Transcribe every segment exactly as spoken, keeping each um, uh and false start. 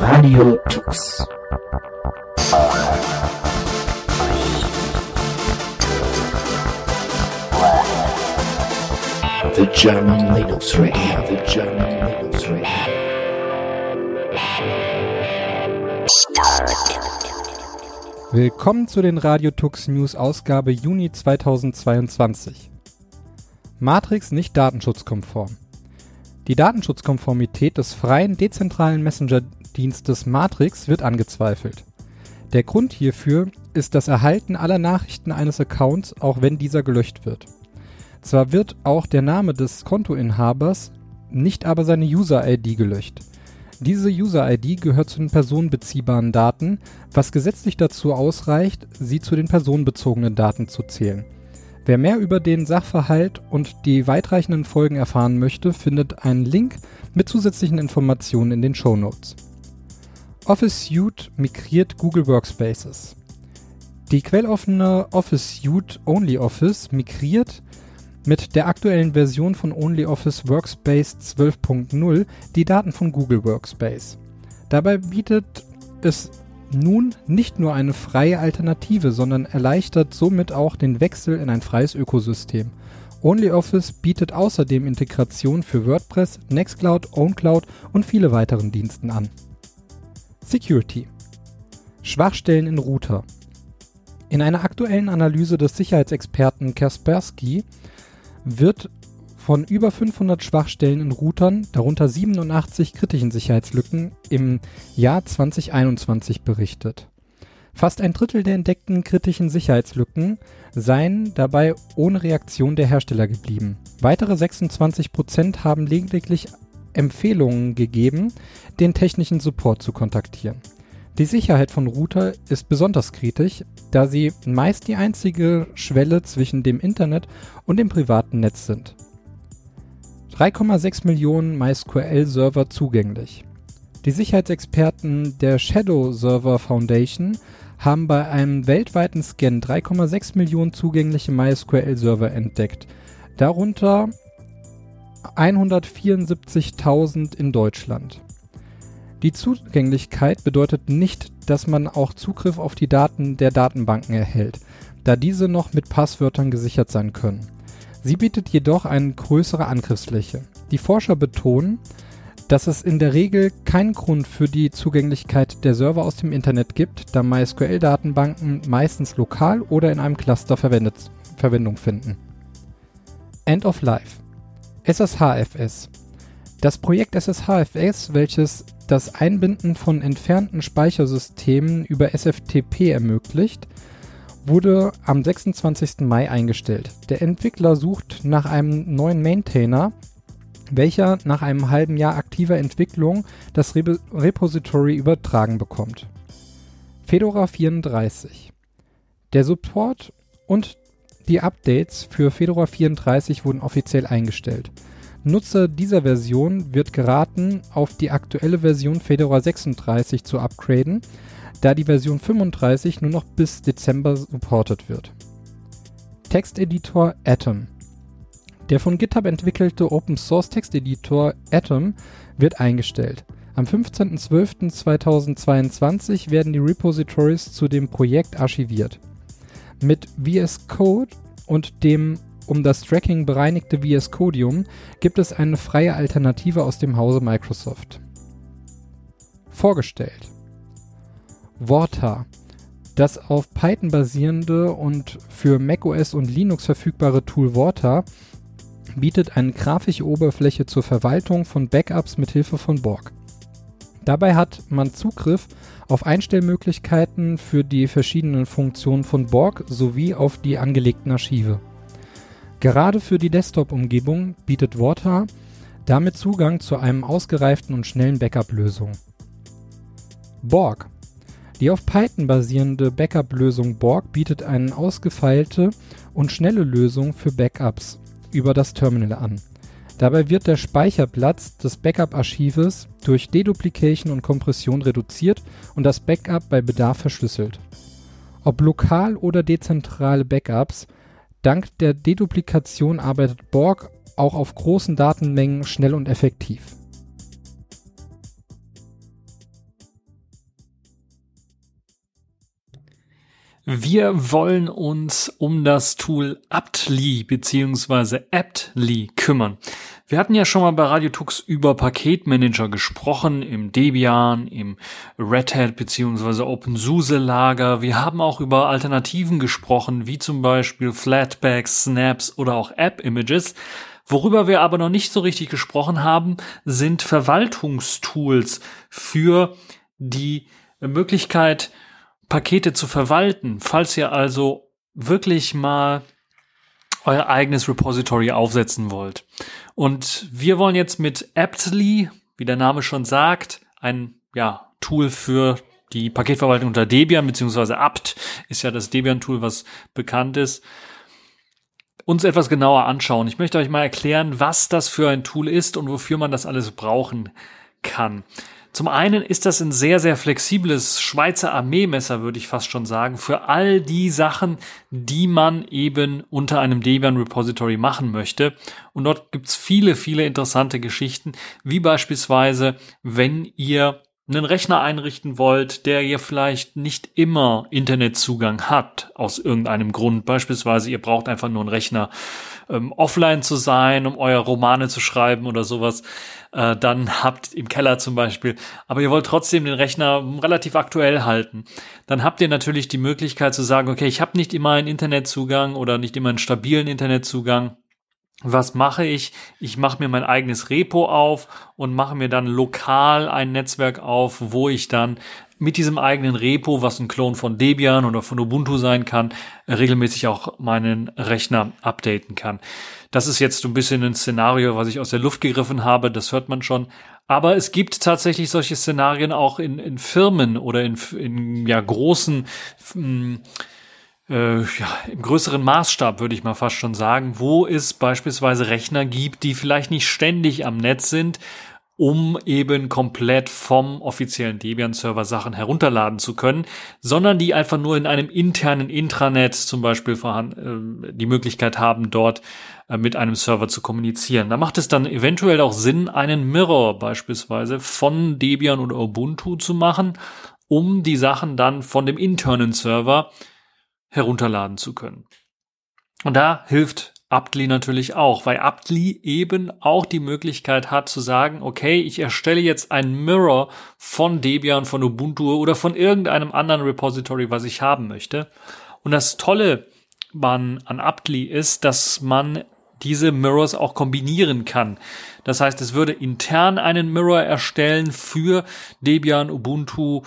Radio Tux. The German Linux Radio, the German Linux Radio. Willkommen zu den Radio Tux News Ausgabe Juni zweitausendzweiundzwanzig. Matrix nicht datenschutzkonform. Die Datenschutzkonformität des freien, dezentralen Messenger-Dienstes Matrix wird angezweifelt. Der Grund hierfür ist das Erhalten aller Nachrichten eines Accounts, auch wenn dieser gelöscht wird. Zwar wird auch der Name des Kontoinhabers, nicht aber seine User-I D gelöscht. Diese User-I D gehört zu den personenbeziehbaren Daten, was gesetzlich dazu ausreicht, sie zu den personenbezogenen Daten zu zählen. Wer mehr über den Sachverhalt und die weitreichenden Folgen erfahren möchte, findet einen Link mit zusätzlichen Informationen in den Shownotes. Office Suite migriert Google Workspaces. Die quelloffene Office Suite OnlyOffice migriert mit der aktuellen Version von OnlyOffice Workspace zwölf Punkt null die Daten von Google Workspace. Dabei bietet es nun nicht nur eine freie Alternative, sondern erleichtert somit auch den Wechsel in ein freies Ökosystem. OnlyOffice bietet außerdem Integration für WordPress, Nextcloud, OwnCloud und viele weiteren Diensten an. Security. Schwachstellen in Router. In einer aktuellen Analyse des Sicherheitsexperten Kaspersky wird von über fünfhundert Schwachstellen in Routern, darunter siebenundachtzig kritischen Sicherheitslücken, im Jahr zweitausendeinundzwanzig berichtet. Fast ein Drittel der entdeckten kritischen Sicherheitslücken seien dabei ohne Reaktion der Hersteller geblieben. Weitere sechsundzwanzig Prozent haben lediglich Empfehlungen gegeben, den technischen Support zu kontaktieren. Die Sicherheit von Router ist besonders kritisch, da sie meist die einzige Schwelle zwischen dem Internet und dem privaten Netz sind. drei Komma sechs Millionen MySQL-Server zugänglich. Die Sicherheitsexperten der Shadow Server Foundation haben bei einem weltweiten Scan drei Komma sechs Millionen zugängliche MySQL-Server entdeckt, darunter hundertvierundsiebzigtausend in Deutschland. Die Zugänglichkeit bedeutet nicht, dass man auch Zugriff auf die Daten der Datenbanken erhält, da diese noch mit Passwörtern gesichert sein können. Sie bietet jedoch eine größere Angriffsfläche. Die Forscher betonen, dass es in der Regel keinen Grund für die Zugänglichkeit der Server aus dem Internet gibt, da MySQL-Datenbanken meistens lokal oder in einem Cluster verwendet, Verwendung finden. End of Life. S S H F S. Das Projekt S S H F S, welches das Einbinden von entfernten Speichersystemen über S F T P ermöglicht, wurde am sechsundzwanzigsten Mai eingestellt. Der Entwickler sucht nach einem neuen Maintainer, welcher nach einem halben Jahr aktiver Entwicklung das Re- Repository übertragen bekommt. Fedora vierunddreißig. Der Support und die Updates für Fedora vierunddreißig wurden offiziell eingestellt. Nutzer dieser Version wird geraten, auf die aktuelle Version Fedora sechsunddreißig zu upgraden, da die Version fünfunddreißig nur noch bis Dezember supportet wird. Texteditor Atom. Der von GitHub entwickelte Open-Source-Texteditor Atom wird eingestellt. Am fünfzehnten zwölften zweitausendzweiundzwanzig werden die Repositories zu dem Projekt archiviert. Mit V S Code und dem um das Tracking bereinigte V S Codium gibt es eine freie Alternative aus dem Hause Microsoft. Vorgestellt. Vorta. Das auf Python basierende und für macOS und Linux verfügbare Tool Vorta bietet eine grafische Oberfläche zur Verwaltung von Backups mit Hilfe von Borg. Dabei hat man Zugriff auf Einstellmöglichkeiten für die verschiedenen Funktionen von Borg sowie auf die angelegten Archive. Gerade für die Desktop-Umgebung bietet Vorta damit Zugang zu einem ausgereiften und schnellen Backup-Lösung. Borg. Die auf Python basierende Backup-Lösung Borg bietet eine ausgefeilte und schnelle Lösung für Backups über das Terminal an. Dabei wird der Speicherplatz des Backup-Archives durch Deduplication und Kompression reduziert und das Backup bei Bedarf verschlüsselt. Ob lokal oder dezentrale Backups, dank der Deduplikation arbeitet Borg auch auf großen Datenmengen schnell und effektiv. Wir wollen uns um das Tool Aptly bzw. Aptly kümmern. Wir hatten ja schon mal bei Radiotux über Paketmanager gesprochen, im Debian, im Red Hat bzw. OpenSUSE Lager. Wir haben auch über Alternativen gesprochen, wie zum Beispiel Flatpaks, Snaps oder auch App-Images. Worüber wir aber noch nicht so richtig gesprochen haben, sind Verwaltungstools für die Möglichkeit, Pakete zu verwalten, falls ihr also wirklich mal euer eigenes Repository aufsetzen wollt. Und wir wollen jetzt mit Aptly, wie der Name schon sagt, ein ja, Tool für die Paketverwaltung unter Debian, beziehungsweise apt ist ja das Debian-Tool, was bekannt ist, uns etwas genauer anschauen. Ich möchte euch mal erklären, was das für ein Tool ist und wofür man das alles brauchen kann. Zum einen ist das ein sehr, sehr flexibles Schweizer Armeemesser, würde ich fast schon sagen, für all die Sachen, die man eben unter einem Debian-Repository machen möchte. Und dort gibt's viele, viele interessante Geschichten, wie beispielsweise, wenn ihr einen Rechner einrichten wollt, der ihr vielleicht nicht immer Internetzugang hat, aus irgendeinem Grund. Beispielsweise, ihr braucht einfach nur einen Rechner, ähm, offline zu sein, um eure Romane zu schreiben oder sowas. Äh, dann habt im Keller zum Beispiel, aber ihr wollt trotzdem den Rechner relativ aktuell halten. Dann habt ihr natürlich die Möglichkeit zu sagen, okay, ich habe nicht immer einen Internetzugang oder nicht immer einen stabilen Internetzugang. Was mache ich? Ich mache mir mein eigenes Repo auf und mache mir dann lokal ein Netzwerk auf, wo ich dann mit diesem eigenen Repo, was ein Klon von Debian oder von Ubuntu sein kann, regelmäßig auch meinen Rechner updaten kann. Das ist jetzt so ein bisschen ein Szenario, was ich aus der Luft gegriffen habe, das hört man schon. Aber es gibt tatsächlich solche Szenarien auch in, in Firmen oder in, in ja, großen mh, Äh, ja, im größeren Maßstab würde ich mal fast schon sagen, wo es beispielsweise Rechner gibt, die vielleicht nicht ständig am Netz sind, um eben komplett vom offiziellen Debian-Server Sachen herunterladen zu können, sondern die einfach nur in einem internen Intranet zum Beispiel vorhanden, äh, die Möglichkeit haben, dort äh, mit einem Server zu kommunizieren. Da macht es dann eventuell auch Sinn, einen Mirror beispielsweise von Debian oder Ubuntu zu machen, um die Sachen dann von dem internen Server herunterladen zu können. Und da hilft Aptly natürlich auch, weil Aptly eben auch die Möglichkeit hat zu sagen, okay, ich erstelle jetzt ein Mirror von Debian, von Ubuntu oder von irgendeinem anderen Repository, was ich haben möchte. Und das Tolle an, an Aptly ist, dass man diese Mirrors auch kombinieren kann. Das heißt, es würde intern einen Mirror erstellen für Debian, Ubuntu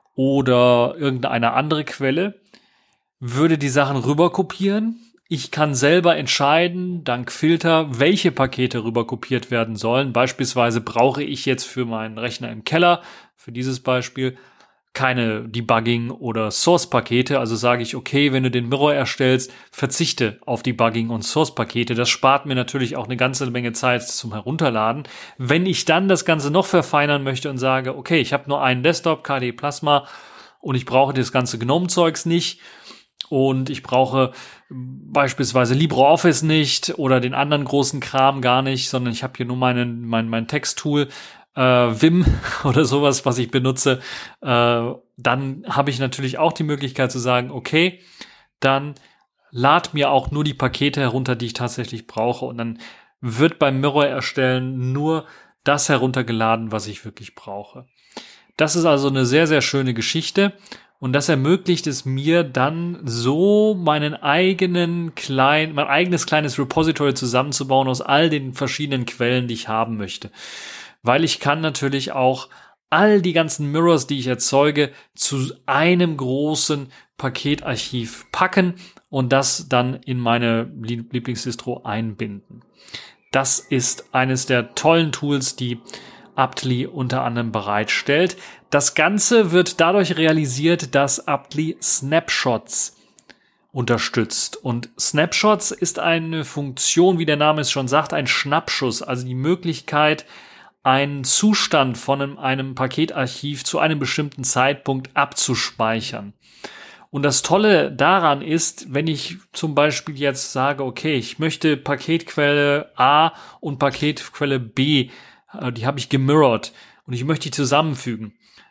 oder irgendeine andere Quelle, würde die Sachen rüberkopieren. Ich kann selber entscheiden, dank Filter, welche Pakete rüberkopiert werden sollen. Beispielsweise brauche ich jetzt für meinen Rechner im Keller, für dieses Beispiel, keine Debugging- oder Source-Pakete. Also sage ich, okay, wenn du den Mirror erstellst, verzichte auf Debugging- und Source-Pakete. Das spart mir natürlich auch eine ganze Menge Zeit zum Herunterladen. Wenn ich dann das Ganze noch verfeinern möchte und sage, okay, ich habe nur einen Desktop, K D E Plasma, und ich brauche das ganze GNOME-Zeugs nicht, und ich brauche beispielsweise LibreOffice nicht oder den anderen großen Kram gar nicht, sondern ich habe hier nur meinen, mein, mein Texttool, äh, Vim oder sowas, was ich benutze. Äh, dann habe ich natürlich auch die Möglichkeit zu sagen, okay, dann lad mir auch nur die Pakete herunter, die ich tatsächlich brauche. Und dann wird beim Mirror erstellen nur das heruntergeladen, was ich wirklich brauche. Das ist also eine sehr, sehr schöne Geschichte. Und das ermöglicht es mir dann so, meinen eigenen klein, mein eigenes kleines Repository zusammenzubauen aus all den verschiedenen Quellen, die ich haben möchte. Weil ich kann natürlich auch all die ganzen Mirrors, die ich erzeuge, zu einem großen Paketarchiv packen und das dann in meine Lieblingsdistro einbinden. Das ist eines der tollen Tools, die Aptly unter anderem bereitstellt. Das Ganze wird dadurch realisiert, dass Aptly Snapshots unterstützt. Und Snapshots ist eine Funktion, wie der Name es schon sagt, ein Schnappschuss, also die Möglichkeit, einen Zustand von einem, einem Paketarchiv zu einem bestimmten Zeitpunkt abzuspeichern. Und das Tolle daran ist, wenn ich zum Beispiel jetzt sage, okay, ich möchte Paketquelle A und Paketquelle B, die habe ich gemirrored und ich möchte die zusammenfügen,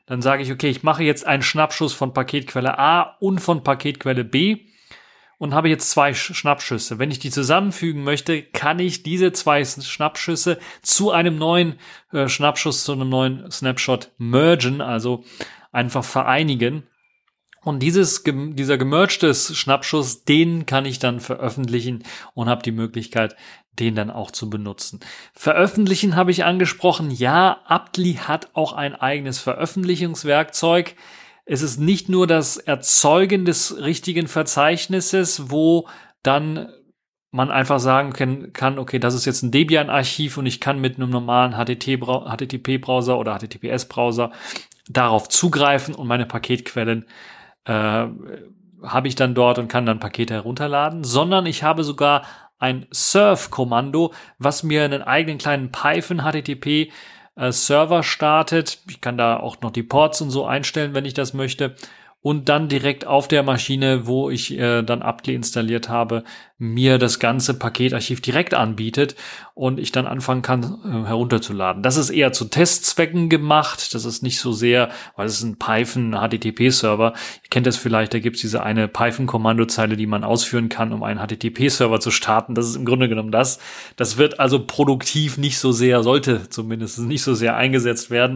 Dann sage ich, okay, ich mache jetzt einen Schnappschuss von Paketquelle A und von Paketquelle B und habe jetzt zwei Schnappschüsse. Wenn ich die zusammenfügen möchte, kann ich diese zwei Schnappschüsse zu einem neuen äh, Schnappschuss, zu einem neuen Snapshot mergen, also einfach vereinigen. Und dieses, dieser gemergte Schnappschuss, den kann ich dann veröffentlichen und habe die Möglichkeit, den dann auch zu benutzen. Veröffentlichen habe ich angesprochen. Ja, Aptly hat auch ein eigenes Veröffentlichungswerkzeug. Es ist nicht nur das Erzeugen des richtigen Verzeichnisses, wo dann man einfach sagen kann, okay, das ist jetzt ein Debian-Archiv und ich kann mit einem normalen H T T P-Browser oder H T T P S-Browser darauf zugreifen und meine Paketquellen äh, habe ich dann dort und kann dann Pakete herunterladen, sondern ich habe sogar ein Serve-Kommando, was mir einen eigenen kleinen Python-H T T P-Server startet. Ich kann da auch noch die Ports und so einstellen, wenn ich das möchte. Und dann direkt auf der Maschine, wo ich äh, dann Aptly installiert habe, mir das ganze Paketarchiv direkt anbietet und ich dann anfangen kann, äh, herunterzuladen. Das ist eher zu Testzwecken gemacht. Das ist nicht so sehr, weil es ist ein Python-H T T P-Server. Ihr kennt das vielleicht, da gibt es diese eine Python-Kommandozeile, die man ausführen kann, um einen H T T P-Server zu starten. Das ist im Grunde genommen das. Das wird also produktiv nicht so sehr, sollte zumindest nicht so sehr eingesetzt werden.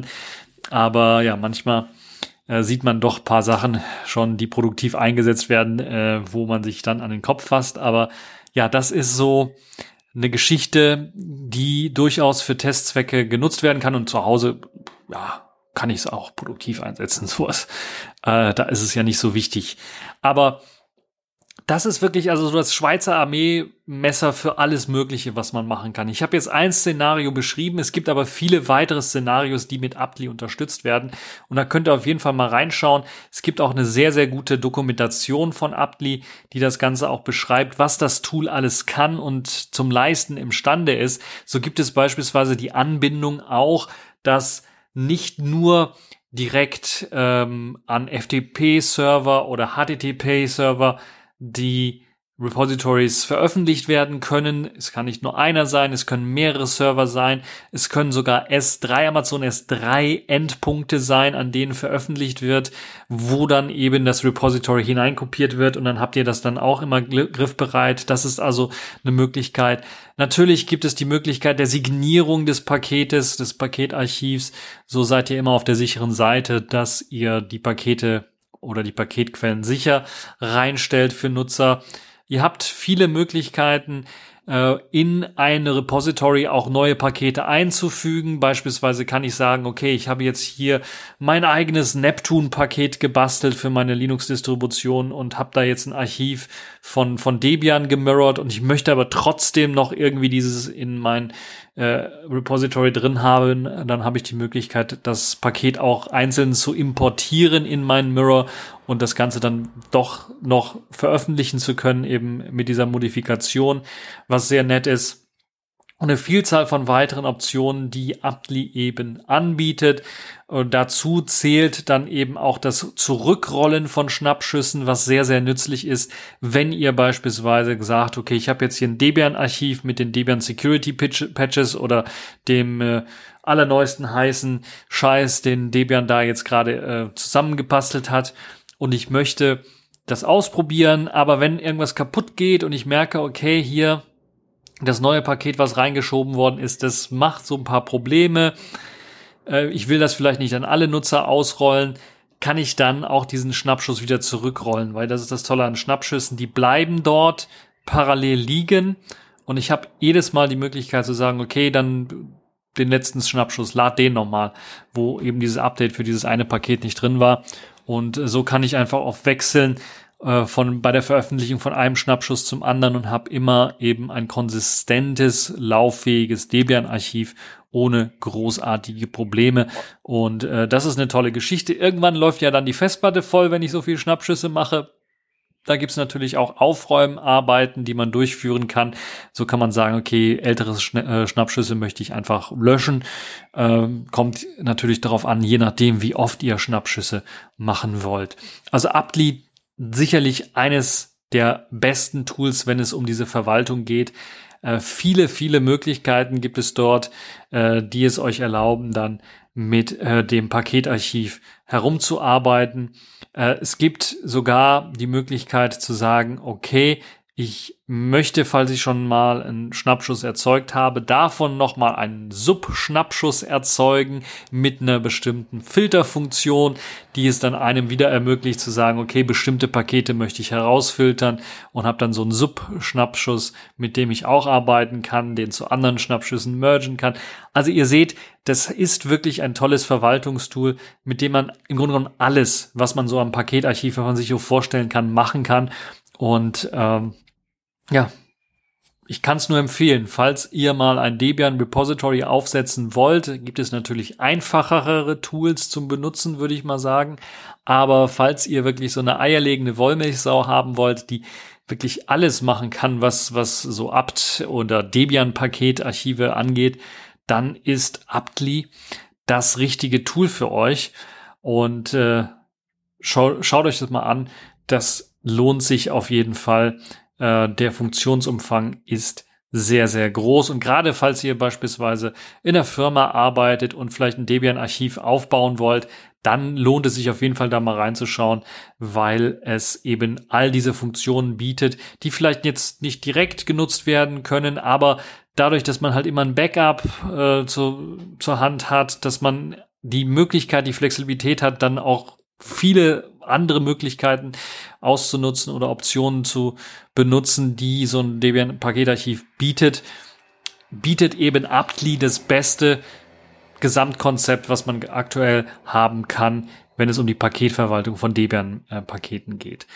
Aber ja, manchmal Äh, sieht man doch paar Sachen schon, die produktiv eingesetzt werden, äh, wo man sich dann an den Kopf fasst. Aber ja, das ist so eine Geschichte, die durchaus für Testzwecke genutzt werden kann. Und zu Hause, ja, kann ich es auch produktiv einsetzen, sowas. Äh, da ist es ja nicht so wichtig. Aber das ist wirklich also so das Schweizer Armee-Messer für alles Mögliche, was man machen kann. Ich habe jetzt ein Szenario beschrieben, es gibt aber viele weitere Szenarios, die mit Aptly unterstützt werden. Und da könnt ihr auf jeden Fall mal reinschauen. Es gibt auch eine sehr, sehr gute Dokumentation von Aptly, die das Ganze auch beschreibt, was das Tool alles kann und zum Leisten imstande ist. So gibt es beispielsweise die Anbindung auch, dass nicht nur direkt ähm, an F T P-Server oder H T T P-Server die Repositories veröffentlicht werden können. Es kann nicht nur einer sein, es können mehrere Server sein, es können sogar S drei, Amazon S drei Endpunkte sein, an denen veröffentlicht wird, wo dann eben das Repository hineinkopiert wird und dann habt ihr das dann auch immer griffbereit. Das ist also eine Möglichkeit. Natürlich gibt es die Möglichkeit der Signierung des Paketes, des Paketarchivs. So seid ihr immer auf der sicheren Seite, dass ihr die Pakete oder die Paketquellen sicher reinstellt für Nutzer. Ihr habt viele Möglichkeiten, äh, in eine Repository auch neue Pakete einzufügen. Beispielsweise kann ich sagen, okay, ich habe jetzt hier mein eigenes Neptune-Paket gebastelt für meine Linux-Distribution und habe da jetzt ein Archiv von von Debian gemirrored und ich möchte aber trotzdem noch irgendwie dieses in mein äh, Repository drin haben. Dann habe ich die Möglichkeit, das Paket auch einzeln zu importieren in meinen Mirror und das Ganze dann doch noch veröffentlichen zu können, eben mit dieser Modifikation, was sehr nett ist. Und eine Vielzahl von weiteren Optionen, die Aptly eben anbietet. Und dazu zählt dann eben auch das Zurückrollen von Schnappschüssen, was sehr, sehr nützlich ist, wenn ihr beispielsweise sagt, okay, ich habe jetzt hier ein Debian-Archiv mit den Debian Security Patches oder dem äh, allerneuesten heißen Scheiß, den Debian da jetzt gerade äh, zusammengebastelt hat und ich möchte das ausprobieren, aber wenn irgendwas kaputt geht und ich merke, okay, hier das neue Paket, was reingeschoben worden ist, das macht so ein paar Probleme. Äh, ich will das vielleicht nicht an alle Nutzer ausrollen. Kann ich dann auch diesen Schnappschuss wieder zurückrollen? Weil das ist das Tolle an Schnappschüssen. Die bleiben dort parallel liegen. Und ich habe jedes Mal die Möglichkeit zu sagen, okay, dann den letzten Schnappschuss, lad den nochmal, wo eben dieses Update für dieses eine Paket nicht drin war. Und so kann ich einfach auch wechseln von bei der Veröffentlichung von einem Schnappschuss zum anderen und habe immer eben ein konsistentes, lauffähiges Debian-Archiv ohne großartige Probleme. Und äh, das ist eine tolle Geschichte. Irgendwann läuft ja dann die Festplatte voll, wenn ich so viele Schnappschüsse mache. Da gibt's natürlich auch Aufräumarbeiten, die man durchführen kann. So kann man sagen, okay, ältere Schna- äh, Schnappschüsse möchte ich einfach löschen. Ähm, kommt natürlich darauf an, je nachdem, wie oft ihr Schnappschüsse machen wollt. Also Aptly sicherlich eines der besten Tools, wenn es um diese Verwaltung geht. Äh, viele, viele Möglichkeiten gibt es dort, äh, die es euch erlauben, dann mit äh, dem Paketarchiv herumzuarbeiten. Äh, es gibt sogar die Möglichkeit zu sagen, okay, ich möchte, falls ich schon mal einen Schnappschuss erzeugt habe, davon nochmal einen Sub-Schnappschuss erzeugen mit einer bestimmten Filterfunktion, die es dann einem wieder ermöglicht zu sagen, okay, bestimmte Pakete möchte ich herausfiltern und habe dann so einen Sub-Schnappschuss, mit dem ich auch arbeiten kann, den zu anderen Schnappschüssen mergen kann. Also ihr seht, das ist wirklich ein tolles Verwaltungstool, mit dem man im Grunde genommen alles, was man so am Paketarchiv, wenn man sich so vorstellen kann, machen kann. Und ähm, ja, ich kann es nur empfehlen, falls ihr mal ein Debian Repository aufsetzen wollt, gibt es natürlich einfachere Tools zum Benutzen, würde ich mal sagen. Aber falls ihr wirklich so eine eierlegende Wollmilchsau haben wollt, die wirklich alles machen kann, was was so apt oder Debian-Paketarchive angeht, dann ist aptly das richtige Tool für euch. Und äh, schau, schaut euch das mal an. Das lohnt sich auf jeden Fall. Äh, der Funktionsumfang ist sehr, sehr groß. Und gerade falls ihr beispielsweise in einer Firma arbeitet und vielleicht ein Debian-Archiv aufbauen wollt, dann lohnt es sich auf jeden Fall da mal reinzuschauen, weil es eben all diese Funktionen bietet, die vielleicht jetzt nicht direkt genutzt werden können, aber dadurch, dass man halt immer ein Backup äh, zu, zur Hand hat, dass man die Möglichkeit, die Flexibilität hat, dann auch viele andere Möglichkeiten auszunutzen oder Optionen zu benutzen, die so ein Debian-Paketarchiv bietet, bietet eben aptly das beste Gesamtkonzept, was man aktuell haben kann, wenn es um die Paketverwaltung von Debian-Paketen geht.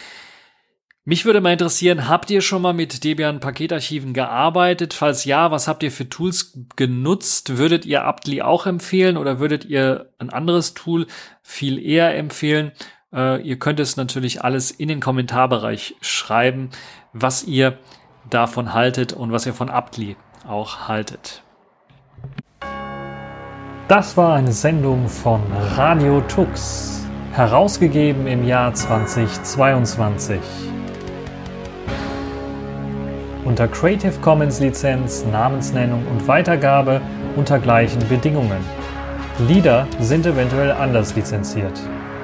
Mich würde mal interessieren, habt ihr schon mal mit Debian-Paketarchiven gearbeitet? Falls ja, was habt ihr für Tools genutzt? Würdet ihr aptly auch empfehlen oder würdet ihr ein anderes Tool viel eher empfehlen? Äh, ihr könnt es natürlich alles in den Kommentarbereich schreiben, was ihr davon haltet und was ihr von aptly auch haltet. Das war eine Sendung von Radio Tux, herausgegeben im Jahr zweitausendzweiundzwanzig. Unter Creative Commons Lizenz, Namensnennung und Weitergabe unter gleichen Bedingungen. Lieder sind eventuell anders lizenziert.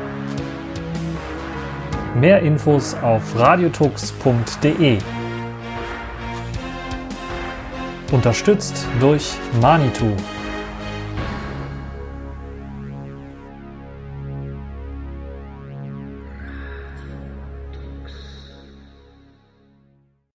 Mehr Infos auf radiotux punkt de. Unterstützt durch Manitou.